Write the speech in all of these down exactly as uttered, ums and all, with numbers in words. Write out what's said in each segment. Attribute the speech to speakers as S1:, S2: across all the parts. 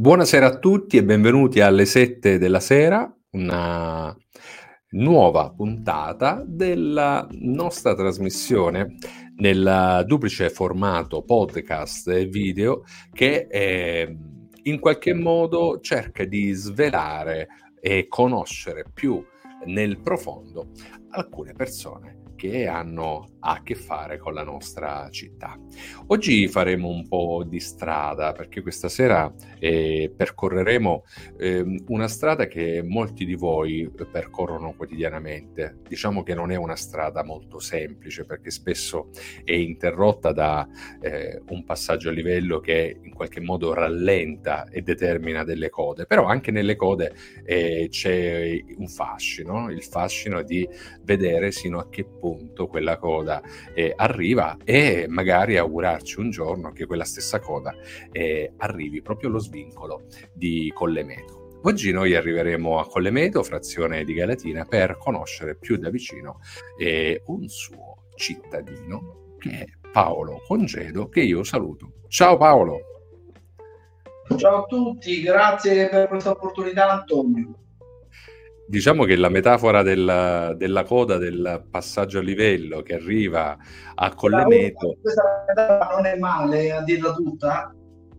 S1: Buonasera a tutti e benvenuti alle sette della sera, una nuova puntata della nostra trasmissione nel duplice formato podcast e video che eh, in qualche modo cerca di svelare e conoscere più nel profondo alcune persone che hanno a che fare con la nostra città. Oggi faremo un po' di strada perché questa sera eh, percorreremo eh, una strada che molti di voi percorrono quotidianamente. Diciamo che non è una strada molto semplice perché spesso è interrotta da eh, un passaggio a livello che in qualche modo rallenta e determina delle code, però anche nelle code eh, c'è un fascino, il fascino di vedere sino a che punto quella coda eh, arriva e magari augurarci un giorno che quella stessa coda eh, arrivi proprio allo svincolo di Collemeto. Oggi noi arriveremo a Collemeto, frazione di Galatina, per conoscere più da vicino eh, un suo cittadino che è Paolo Congedo, che io saluto. Ciao Paolo!
S2: Ciao a tutti, grazie per questa opportunità Antonio.
S1: Diciamo che la metafora della, della coda del passaggio a livello che arriva a Collemeto...
S2: Questa metafora non è male, a dirla tutta,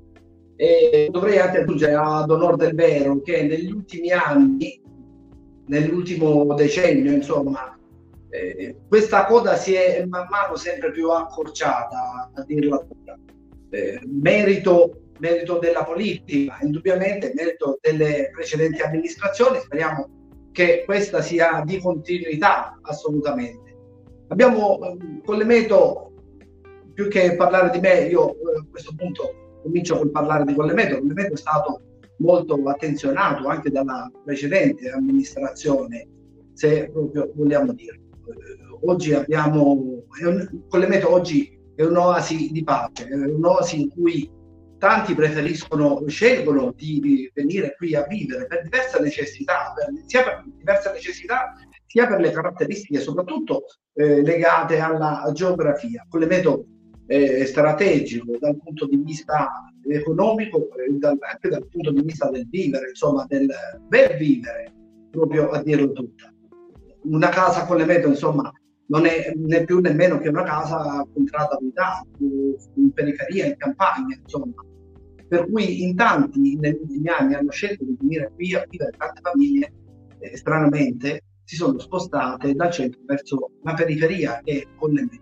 S2: e dovrei anche aggiungere ad onor del vero che negli ultimi anni, nell'ultimo decennio, insomma, eh, questa coda si è man mano sempre più accorciata, a dirla tutta. Eh, merito, merito della politica, indubbiamente, merito delle precedenti amministrazioni, speriamo che questa sia di continuità assolutamente. Abbiamo eh, Collemeto, più che parlare di me, io eh, a questo punto comincio col parlare di Collemeto. Collemeto è stato molto attenzionato anche dalla precedente amministrazione, se proprio vogliamo dirlo. Eh, oggi abbiamo è un, Collemeto oggi è un'oasi di pace, è un'oasi in cui tanti preferiscono, scelgono di venire qui a vivere per diverse necessità, per, sia per diverse necessità, sia per le caratteristiche soprattutto eh, legate alla geografia. Collemeto è strategico dal punto di vista economico e dal, anche dal punto di vista del vivere, insomma del bel vivere, proprio a dirlo tutta. Una casa a Collemeto, insomma, non è né più nemmeno che una casa contratta a unità, in periferia, in campagna, insomma. Per cui in tanti negli ultimi anni hanno scelto di venire qui a vivere, tante famiglie eh, stranamente si sono spostate dal centro verso la periferia e Collemeto.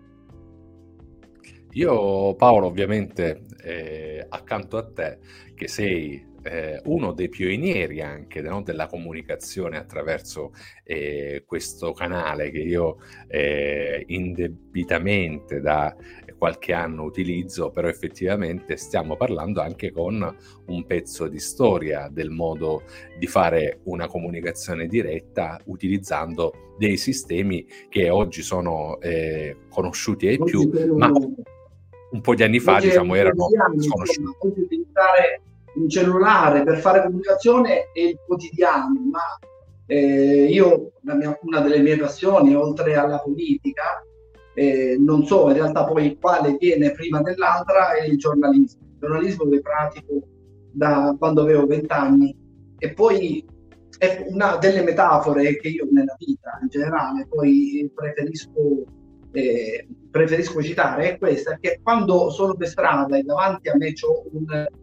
S1: Io Paolo ovviamente eh, accanto a te che sei eh, uno dei pionieri anche, no, della comunicazione attraverso eh, questo canale che io eh, indebitamente da qualche anno utilizzo, però effettivamente stiamo parlando anche con un pezzo di storia del modo di fare una comunicazione diretta utilizzando dei sistemi che oggi sono eh, conosciuti ai più, ma un po' di anni fa diciamo erano sconosciuti.
S2: Oggi utilizzare un cellulare per fare comunicazione è il quotidiano, ma eh, io la mia, una delle mie passioni, oltre alla politica, Eh, non so in realtà poi quale viene prima dell'altra, è il giornalismo. Il giornalismo che pratico da quando avevo vent'anni, e poi è una delle metafore che io nella vita in generale poi preferisco, eh, preferisco citare è questa, che quando sono per strada e davanti a me c'ho un,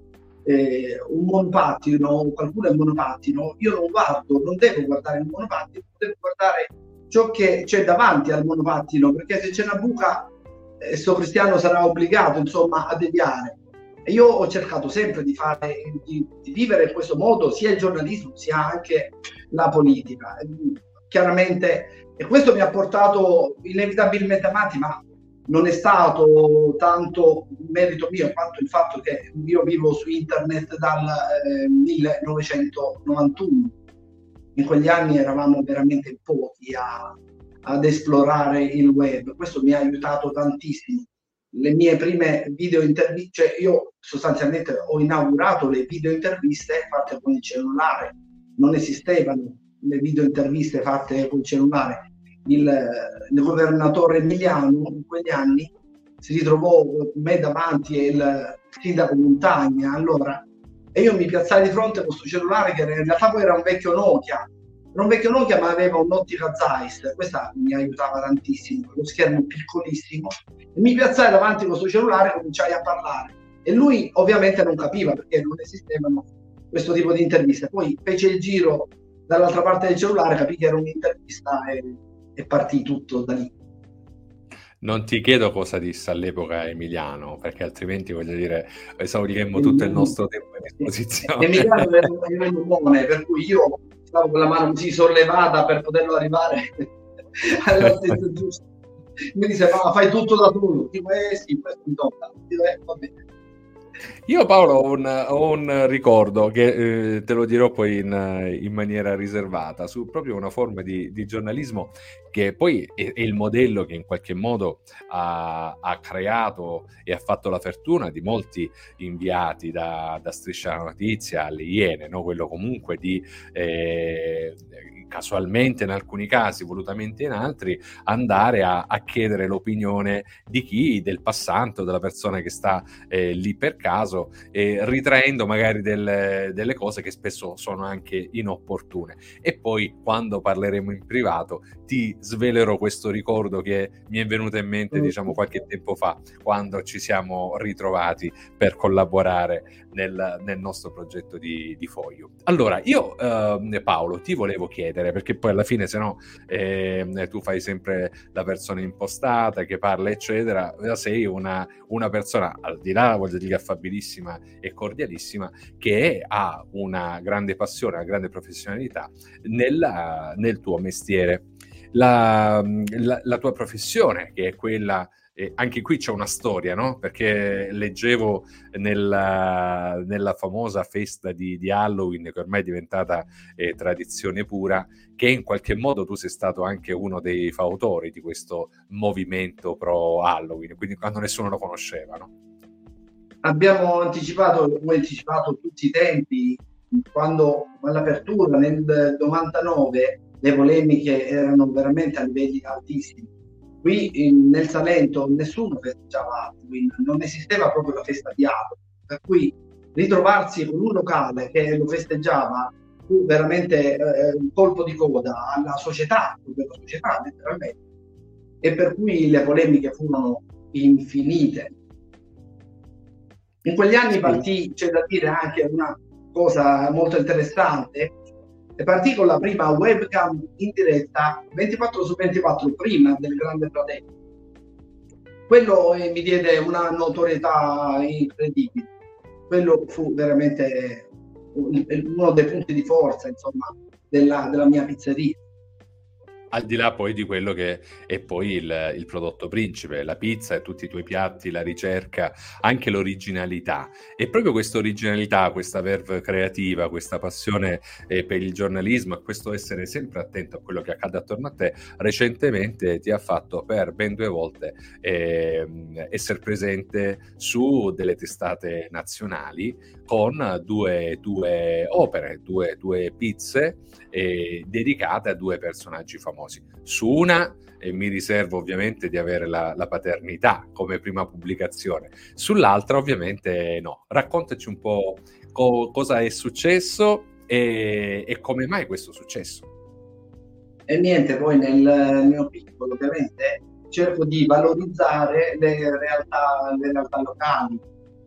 S2: eh, un monopattino o qualcuno è un monopattino, io non guardo, non devo guardare il monopattino, devo guardare ciò che c'è davanti al monopattino, perché se c'è una buca eh, sto cristiano sarà obbligato insomma a deviare. E io ho cercato sempre di fare di, di vivere in questo modo sia il giornalismo sia anche la politica. E, chiaramente, e questo mi ha portato inevitabilmente avanti, ma non è stato tanto merito mio quanto il fatto che io vivo su internet dal eh, millenovecentonovantuno. In quegli anni eravamo veramente pochi a, ad esplorare il web. Questo mi ha aiutato tantissimo. Le mie prime video interviste, cioè io sostanzialmente ho inaugurato le video interviste fatte con il cellulare. Non esistevano le video interviste fatte con il cellulare. Il, il governatore Emiliano in quegli anni si ritrovò me davanti e il sindaco Montagna. Allora e io mi piazzai di fronte con questo cellulare che in realtà poi era un vecchio Nokia, era un vecchio Nokia ma aveva un'ottica Zeiss, questa mi aiutava tantissimo, lo schermo piccolissimo, e mi piazzai davanti con questo cellulare e cominciai a parlare, e lui ovviamente non capiva perché non esistevano questo tipo di interviste. Poi fece il giro dall'altra parte del cellulare, capì che era un'intervista e, e partì tutto da lì.
S1: Non ti chiedo cosa disse all'epoca Emiliano, perché altrimenti, voglio dire, esauriemmo tutto il nostro tempo a disposizione.
S2: Emiliano era un uomone, per cui io stavo con la mano così sollevata per poterlo arrivare all'altezza giusta. Mi disse, ma fai tutto da tu? Dico, eh sì, questo mi tocca. Dico, eh, va bene.
S1: Io, Paolo, ho un, ho un ricordo che eh, te lo dirò poi in, in maniera riservata, su proprio una forma di, di giornalismo che poi è, è il modello che in qualche modo ha, ha creato e ha fatto la fortuna di molti inviati da, da Striscia la Notizia alle Iene, no? Quello comunque di eh, casualmente in alcuni casi, volutamente in altri, andare a, a chiedere l'opinione di chi, del passante o della persona che sta eh, lì per caso, eh, ritraendo magari delle, delle cose che spesso sono anche inopportune. E poi, quando parleremo in privato, ti svelerò questo ricordo che mi è venuto in mente, diciamo, qualche tempo fa, quando ci siamo ritrovati per collaborare nel, nel nostro progetto di, di Foglio. Allora, io eh, Paolo, ti volevo chiedere, perché poi alla fine, se no, eh, tu fai sempre la persona impostata che parla, eccetera, sei una, una persona, al di là, voglio dire, affabilissima e cordialissima, che ha una grande passione, una grande professionalità nella, nel tuo mestiere. La, la, la tua professione, che è quella, eh, anche qui c'è una storia, no? Perché leggevo nella, nella famosa festa di, di Halloween, che ormai è diventata eh, tradizione pura, che in qualche modo tu sei stato anche uno dei fautori di questo movimento pro Halloween, quindi quando nessuno lo conosceva, no?
S2: Abbiamo anticipato, ho anticipato tutti i tempi, quando all'apertura nel novantanove le polemiche erano veramente a livelli altissimi. Qui in, nel Salento nessuno festeggiava Halloween, non esisteva proprio la festa di Halloween, per cui ritrovarsi con un locale che lo festeggiava fu veramente eh, un colpo di coda alla società, alla società letteralmente, e per cui le polemiche furono infinite. In quegli anni partì, c'è da dire anche una cosa molto interessante, e partì con la prima webcam in diretta ventiquattro su ventiquattro prima del Grande Fratello. Quello eh, mi diede una notorietà incredibile. Quello fu veramente uno dei punti di forza, insomma, della, della mia pizzeria.
S1: Al di là poi di quello che è poi il, il prodotto principe, la pizza e tutti i tuoi piatti, la ricerca, anche l'originalità. E proprio questa originalità, questa verve creativa, questa passione eh, per il giornalismo e questo essere sempre attento a quello che accade attorno a te, recentemente ti ha fatto per ben due volte eh, essere presente su delle testate nazionali con due, due opere, due, due pizze eh, dedicate a due personaggi famosi. Su una eh, mi riservo ovviamente di avere la, la paternità come prima pubblicazione, sull'altra ovviamente no. Raccontaci un po' co- cosa è successo e, e come mai questo successo.
S2: E niente, poi nel mio piccolo ovviamente cerco di valorizzare le realtà, le realtà locali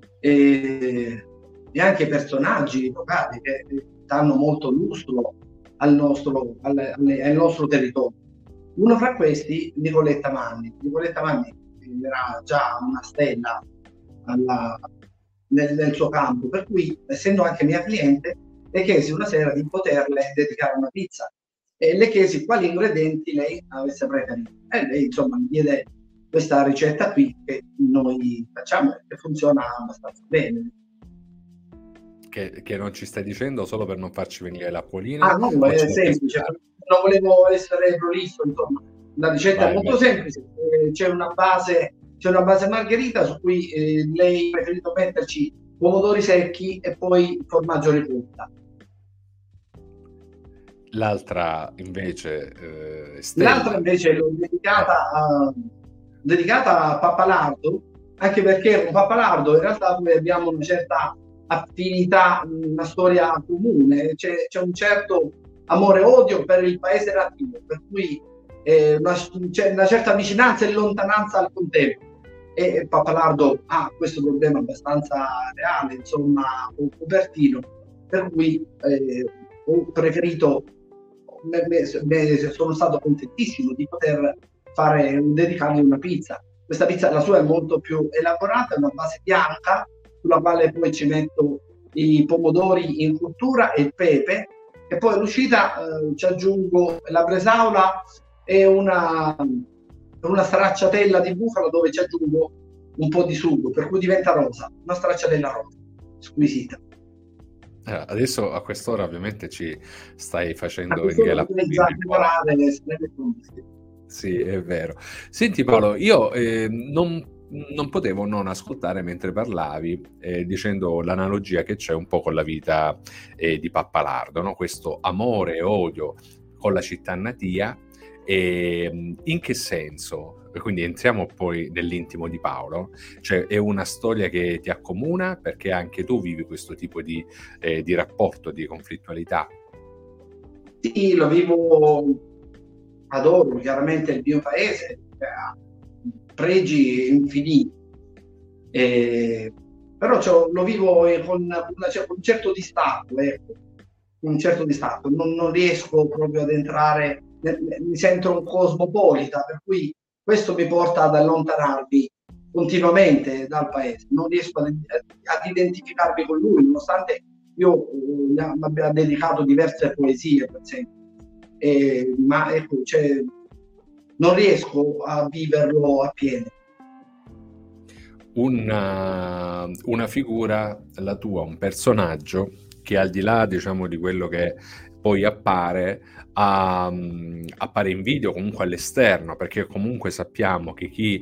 S2: e, e anche i personaggi locali che danno molto lustro al nostro, al, al nostro territorio. Uno fra questi, Nicoletta Manni. Nicoletta Manni era già una stella alla, nel, nel suo campo, per cui, essendo anche mia cliente, le chiesi una sera di poterle dedicare una pizza e le chiesi quali ingredienti lei avesse preferito. E lei, insomma, mi diede questa ricetta qui che noi facciamo e che funziona abbastanza bene.
S1: Che, che non ci stai dicendo solo per non farci venire l'acquolina?
S2: Ah, no, è semplice, non volevo essere prolisso, insomma. La ricetta vai, è molto vai. semplice, c'è una base, c'è una base margherita su cui eh, lei ha preferito metterci pomodori secchi e poi formaggio ricotta.
S1: L'altra invece eh, Stella.
S2: L'altra invece l'ho dedicata a, dedicata a pappalardo, anche perché con pappalardo in realtà noi abbiamo una certa affinità, una storia comune, c'è, c'è un certo amore e odio per il paese nativo, per cui eh, una, c'è una certa vicinanza e lontananza al contempo. E Pappalardo ha questo problema abbastanza reale, insomma, un copertino, per cui eh, ho preferito, me, me, me, sono stato contentissimo di poter fare dedicargli una pizza. Questa pizza, la sua è molto più elaborata, è una base bianca sulla quale poi ci metto i pomodori in cottura e il pepe, e poi l'uscita eh, ci aggiungo la bresaola e una, una stracciatella di bufala dove ci aggiungo un po' di sugo, per cui diventa rosa, una stracciatella rosa, squisita.
S1: Eh, adesso a quest'ora ovviamente ci stai facendo venire la Sì, è vero. Senti Paolo, io eh, non, non potevo non ascoltare mentre parlavi eh, dicendo l'analogia che c'è un po' con la vita eh, di Pappalardo, no? Questo amore e odio con la città natia. E in che senso? Quindi entriamo poi nell'intimo di Paolo, cioè è una storia che ti accomuna perché anche tu vivi questo tipo di, eh, di rapporto, di conflittualità.
S2: Sì, lo vivo, adoro chiaramente il mio paese, ha pregi infiniti, eh, però cioè, lo vivo con, una, con un certo distacco, ecco, un certo distacco, non, non riesco proprio ad entrare, mi sento un cosmopolita, per cui questo mi porta ad allontanarmi continuamente dal paese, non riesco ad, ad identificarmi con lui, nonostante io eh, abbia dedicato diverse poesie, per esempio, eh, ma ecco, cioè, non riesco a viverlo appieno.
S1: Una, una figura, la tua, un personaggio che al di là, diciamo, di quello che poi appare, a, appare in video comunque all'esterno, perché comunque sappiamo che chi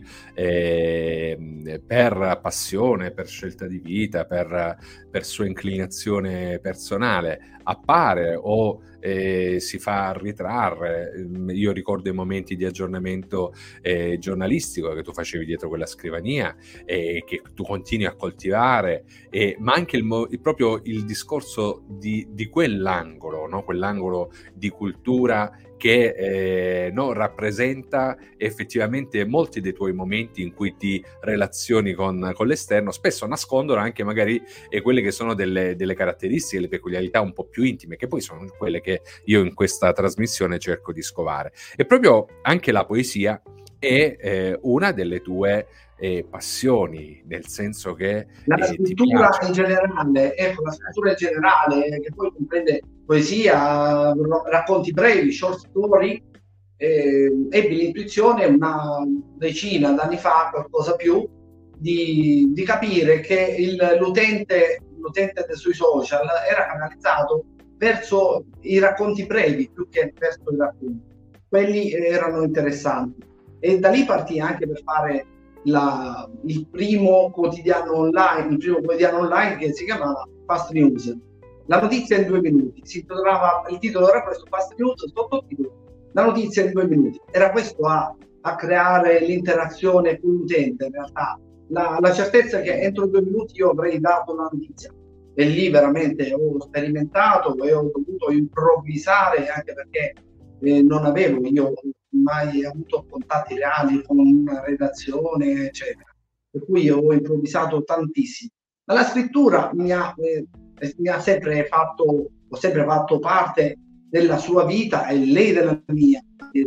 S1: eh, per passione, per scelta di vita, per, per sua inclinazione personale appare o eh, si fa ritrarre. Io ricordo i momenti di aggiornamento eh, giornalistico che tu facevi dietro quella scrivania e eh, che tu continui a coltivare, eh, ma anche il, il, proprio il discorso di, di quell'angolo, no? Quell'angolo di cultura che eh, no, rappresenta effettivamente molti dei tuoi momenti in cui ti relazioni con, con l'esterno, spesso nascondono anche magari eh, quelle che sono delle, delle caratteristiche, le peculiarità un po' più intime, che poi sono quelle che io in questa trasmissione cerco di scovare. E proprio anche la poesia è eh, una delle tue eh, passioni, nel senso che
S2: la
S1: eh,
S2: scrittura in generale, ecco, la scrittura in generale, che poi comprende poesia, racconti brevi, short story, eh, ebbi l'intuizione una decina d'anni fa, qualcosa più, di, di capire che il, l'utente, l'utente sui social era canalizzato verso i racconti brevi più che verso i racconti. Quelli erano interessanti. E da lì partì anche per fare la, il primo quotidiano online, il primo quotidiano online che si chiamava Fast News. La notizia in due minuti. Si trovava, il titolo era questo, Fast News, sottotitolo, la notizia in due minuti. Era questo a, a creare l'interazione con l'utente, in realtà. La, la certezza che entro due minuti io avrei dato una notizia. E lì veramente ho sperimentato e ho dovuto improvvisare, anche perché eh, non avevo io mai avuto contatti reali con una redazione, eccetera. Per cui ho improvvisato tantissimo. Ma la scrittura mi ha, eh, mi ha sempre fatto, ho sempre fatto parte della sua vita e lei della mia.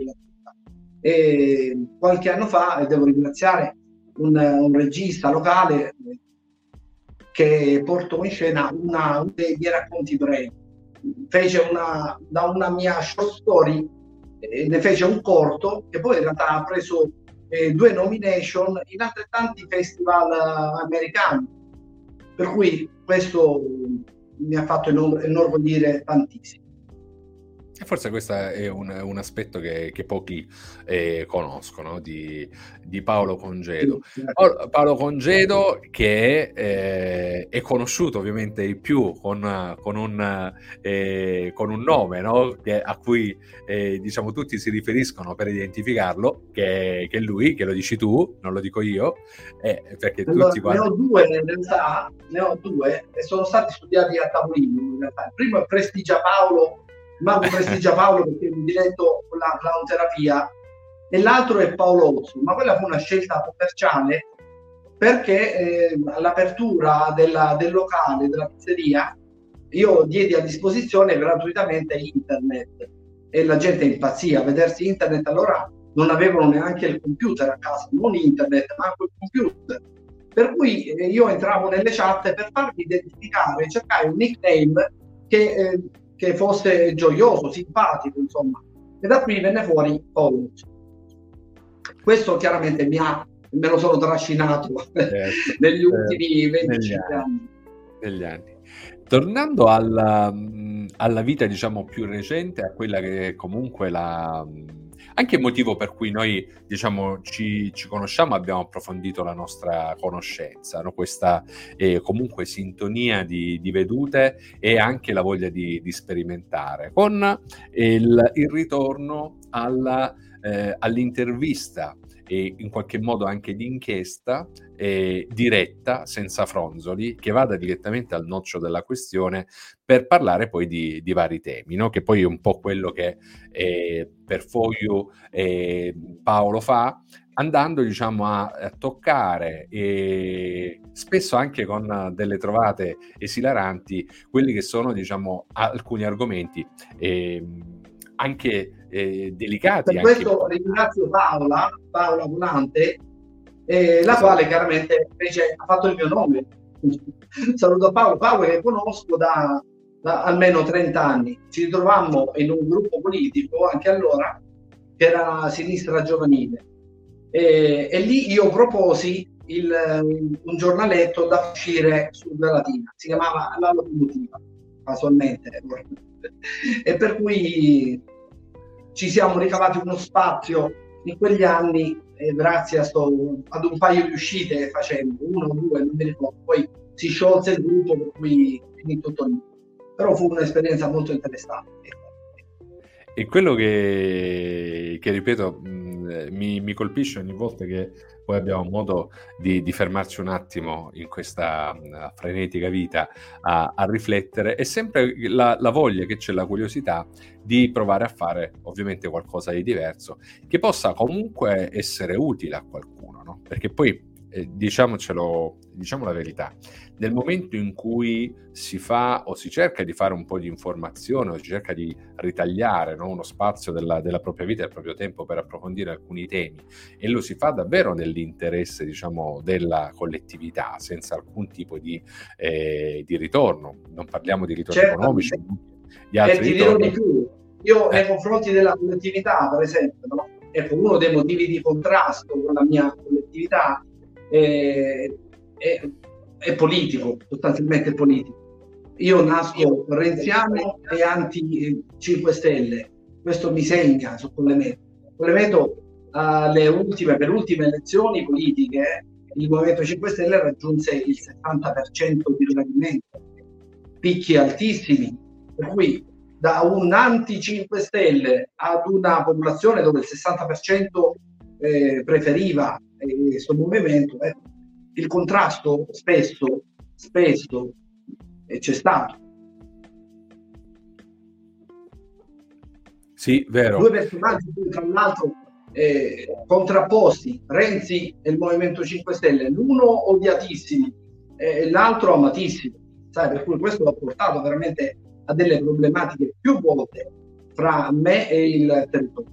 S2: E qualche anno fa, e devo ringraziare un, un regista locale che portò in scena una, uno dei miei racconti brevi. Fece una, da una mia short story, eh, ne fece un corto che poi in realtà ha preso eh, due nomination in altrettanti festival uh, americani, per cui questo mi ha fatto enorm- enorgogliere tantissimo.
S1: E forse questo è un, un aspetto che, che pochi eh, conoscono di, di Paolo Congedo. Paolo, Paolo Congedo che eh, è conosciuto ovviamente di più con, con, un, eh, con un nome, no? Che, a cui eh, diciamo tutti si riferiscono per identificarlo, che, che è lui, che lo dici tu, non lo dico io, eh, perché
S2: allora,
S1: tutti quanti...
S2: ne ho due in realtà, ne ho due e sono stati studiati a tavolino in realtà. Il primo è Prestigia Paolo, ma Prestigia Paolo perché mi diretto con la clown-terapia, e l'altro è Paolo Ozzo, ma quella fu una scelta commerciale perché eh, all'apertura della, del locale, della pizzeria, io diedi a disposizione gratuitamente internet e la gente impazzì a vedersi internet. Allora non avevano neanche il computer a casa, non internet, ma anche il computer. Per cui eh, io entravo nelle chat per farmi identificare, cercare un nickname che... Eh, che fosse gioioso, simpatico, insomma. E da qui venne fuori Paolo. Questo chiaramente mi ha, me lo sono trascinato certo, negli ultimi eh, venticinque anni. anni.
S1: Negli anni. Tornando alla, alla vita, diciamo, più recente, a quella che comunque la... anche il motivo per cui noi, diciamo, ci, ci conosciamo, abbiamo approfondito la nostra conoscenza, no? Questa eh, comunque sintonia di, di vedute e anche la voglia di, di sperimentare, con il, il ritorno alla, eh, all'intervista e in qualche modo anche di inchiesta eh, diretta, senza fronzoli, che vada direttamente al noccio della questione per parlare poi di, di vari temi, no? Che poi è un po' quello che eh, per Foglio eh, Paolo fa, andando, diciamo, a, a toccare e spesso anche con delle trovate esilaranti quelli che sono, diciamo, alcuni argomenti eh, anche eh, delicati.
S2: Per questo anche... ringrazio Paola, Paola Volante, eh, la quale chiaramente invece ha fatto il mio nome. Saluto Paolo, Paolo che conosco da, da almeno trenta anni. Ci ritrovammo in un gruppo politico anche allora, che era Sinistra Giovanile. E, e lì io proposi il, un giornaletto da uscire su Latina, si chiamava La Locomotiva, casualmente. E per cui ci siamo ricavati uno spazio in quegli anni eh, grazie a sto, ad un paio di uscite che facemmo, uno o due, non mi ricordo, poi si sciolse il gruppo per cui finì tutto lì. Però fu un'esperienza molto interessante.
S1: E quello che, che ripeto, mh, mi, mi colpisce ogni volta che poi abbiamo modo di, di fermarci un attimo in questa uh, frenetica vita a, a riflettere, è sempre la, la voglia che c'è, la curiosità di provare a fare ovviamente qualcosa di diverso, che possa comunque essere utile a qualcuno, no? Perché poi eh, diciamocelo, diciamo la verità, nel momento in cui si fa o si cerca di fare un po' di informazione o si cerca di ritagliare, no, uno spazio della, della propria vita e del proprio tempo per approfondire alcuni temi, e lo si fa davvero nell'interesse, diciamo, della collettività, senza alcun tipo di, eh, di ritorno, non parliamo di ritorni certo, economici, di altri
S2: e ti dirò di più, io eh. nei confronti della collettività, per esempio, no? Ecco, uno dei motivi di contrasto con la mia collettività è, è, è politico, sostanzialmente politico. Io nasco renziano e anti cinque Stelle, questo mi segna su Collemetto. Collemetto alle ultime, per ultime elezioni politiche, il Movimento cinque Stelle raggiunse il settanta per cento di gradimento, picchi altissimi, per cui da un anti cinque Stelle ad una popolazione dove il sessanta per cento eh, preferiva questo eh, movimento, eh, il contrasto spesso, spesso eh, c'è stato.
S1: Sì, vero.
S2: Due personaggi, tra l'altro, eh, contrapposti, Renzi e il Movimento cinque Stelle, l'uno odiatissimo e eh, l'altro amatissimo, sai, per cui questo ha portato veramente a delle problematiche più volte fra me e il territorio.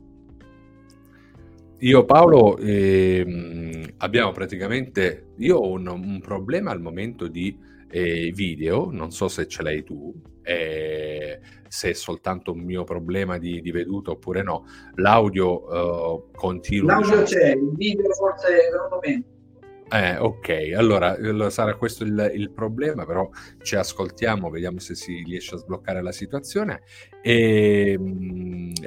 S1: Io Paolo ehm, abbiamo praticamente, io ho un, un problema al momento di eh, video, non so se ce l'hai tu, eh, se è soltanto un mio problema di, di veduta oppure no, l'audio eh, continua.
S2: L'audio
S1: diciamo,
S2: c'è, il video forse per un momento.
S1: Eh, ok, allora, allora sarà questo il, il problema, però ci ascoltiamo, vediamo se si riesce a sbloccare la situazione. E,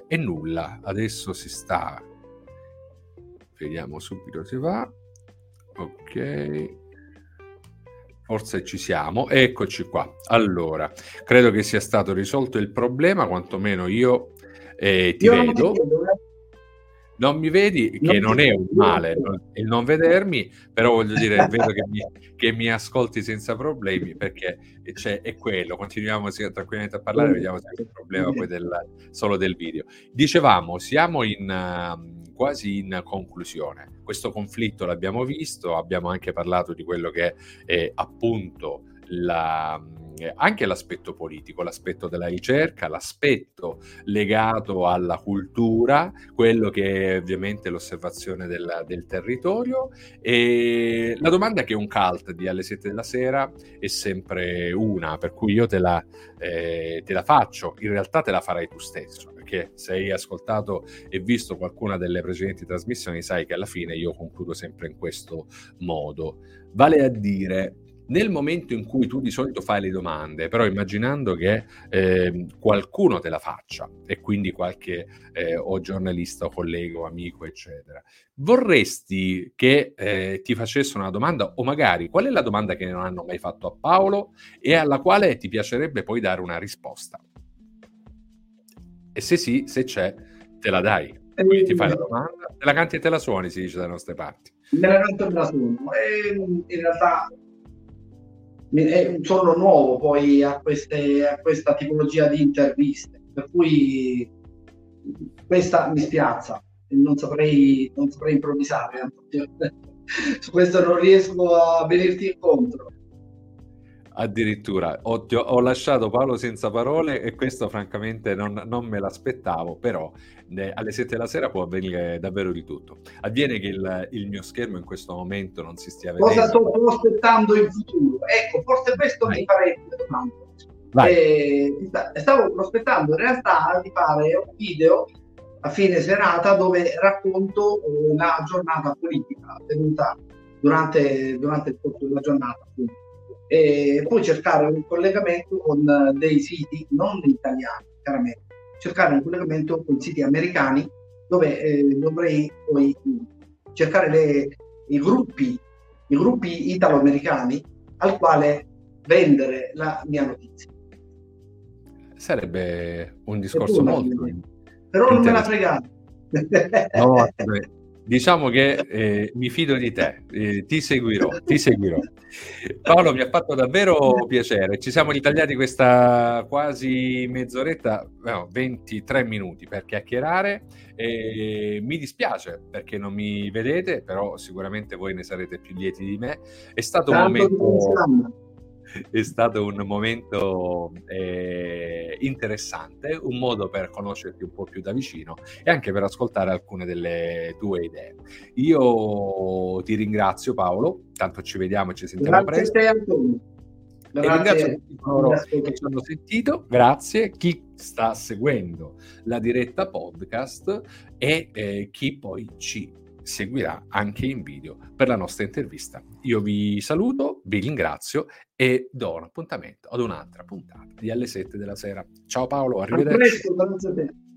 S1: e nulla. Adesso si sta, vediamo subito se va. Ok, forse ci siamo, eccoci qua. Allora, credo che sia stato risolto il problema, quantomeno io eh, ti
S2: Io non
S1: vedo.
S2: ti vedo, eh.
S1: Non mi vedi, che
S2: Non
S1: non
S2: ti
S1: è
S2: vedo,
S1: un
S2: io non
S1: male
S2: ti vedo.
S1: il non vedermi, però voglio dire, vedo che mi, che mi ascolti senza problemi, perché c'è, è quello, continuiamo sì, tranquillamente a parlare, vediamo se è un problema poi del, solo del video. Dicevamo, siamo in, uh, quasi in conclusione. Questo conflitto l'abbiamo visto, abbiamo anche parlato di quello che è appunto la, anche l'aspetto politico, l'aspetto della ricerca, l'aspetto legato alla cultura, quello che è ovviamente l'osservazione del, del territorio. E la domanda che è un cult di alle sette della sera è sempre una, per cui io te la, eh, te la faccio, in realtà te la farai tu stesso, perché se hai ascoltato e visto qualcuna delle precedenti trasmissioni sai che alla fine io concludo sempre in questo modo, vale a dire, nel momento in cui tu di solito fai le domande, però immaginando che eh, qualcuno te la faccia, e quindi qualche eh, o giornalista o collega o amico, eccetera, vorresti che eh, ti facesse una domanda, o magari qual è la domanda che non hanno mai fatto a Paolo e alla quale ti piacerebbe poi dare una risposta? E se sì, se c'è, te la dai. Quindi ti fai la domanda, te la canti e te la suoni, si dice dalle nostre parti.
S2: Me la canto e me la suono. E in realtà sono nuovo poi a, queste, a questa tipologia di interviste, per cui questa mi spiazza, non saprei, non saprei improvvisare, su questo non riesco a venirti incontro.
S1: Addirittura ho, ho, ho lasciato Paolo senza parole, e questo francamente non, non me l'aspettavo, però ne, alle sette della sera può avvenire davvero di tutto. Avviene che il, il mio schermo in questo momento non si stia vedendo.
S2: Cosa sto prospettando in futuro? Ecco, forse questo
S1: Vai.
S2: mi farei domanda.
S1: Vai.
S2: E stavo prospettando in realtà di fare un video a fine serata dove racconto la giornata politica tenuta durante, durante il corso della giornata, appunto. E poi cercare un collegamento con dei siti non italiani, chiaramente, cercare un collegamento con siti americani dove eh, dovrei poi cercare le, i gruppi i gruppi italo-americani al quale vendere la mia notizia.
S1: Sarebbe un discorso molto
S2: però non me la fregate.
S1: No, diciamo che eh, mi fido di te, eh, ti seguirò, ti seguirò. Paolo, mi ha fatto davvero piacere. Ci siamo ritagliati questa quasi mezz'oretta, no, ventitré minuti per chiacchierare. E mi dispiace perché non mi vedete, però sicuramente voi ne sarete più lieti di me. È stato
S2: Tanto
S1: un momento... È stato un momento eh, interessante, un modo per conoscerti un po' più da vicino e anche per ascoltare alcune delle tue idee. Io ti ringrazio, Paolo, tanto ci vediamo e ci sentiamo
S2: Grazie
S1: presto.
S2: A te, Antonio.
S1: Grazie. E ringrazio tutti coloro che ci hanno sentito, grazie chi sta seguendo la diretta podcast e eh, chi poi ci seguirà anche in video per la nostra intervista. Io vi saluto, vi ringrazio e do un appuntamento ad un'altra puntata di alle sette della sera. Ciao Paolo, arrivederci.
S2: A presto, grazie a te.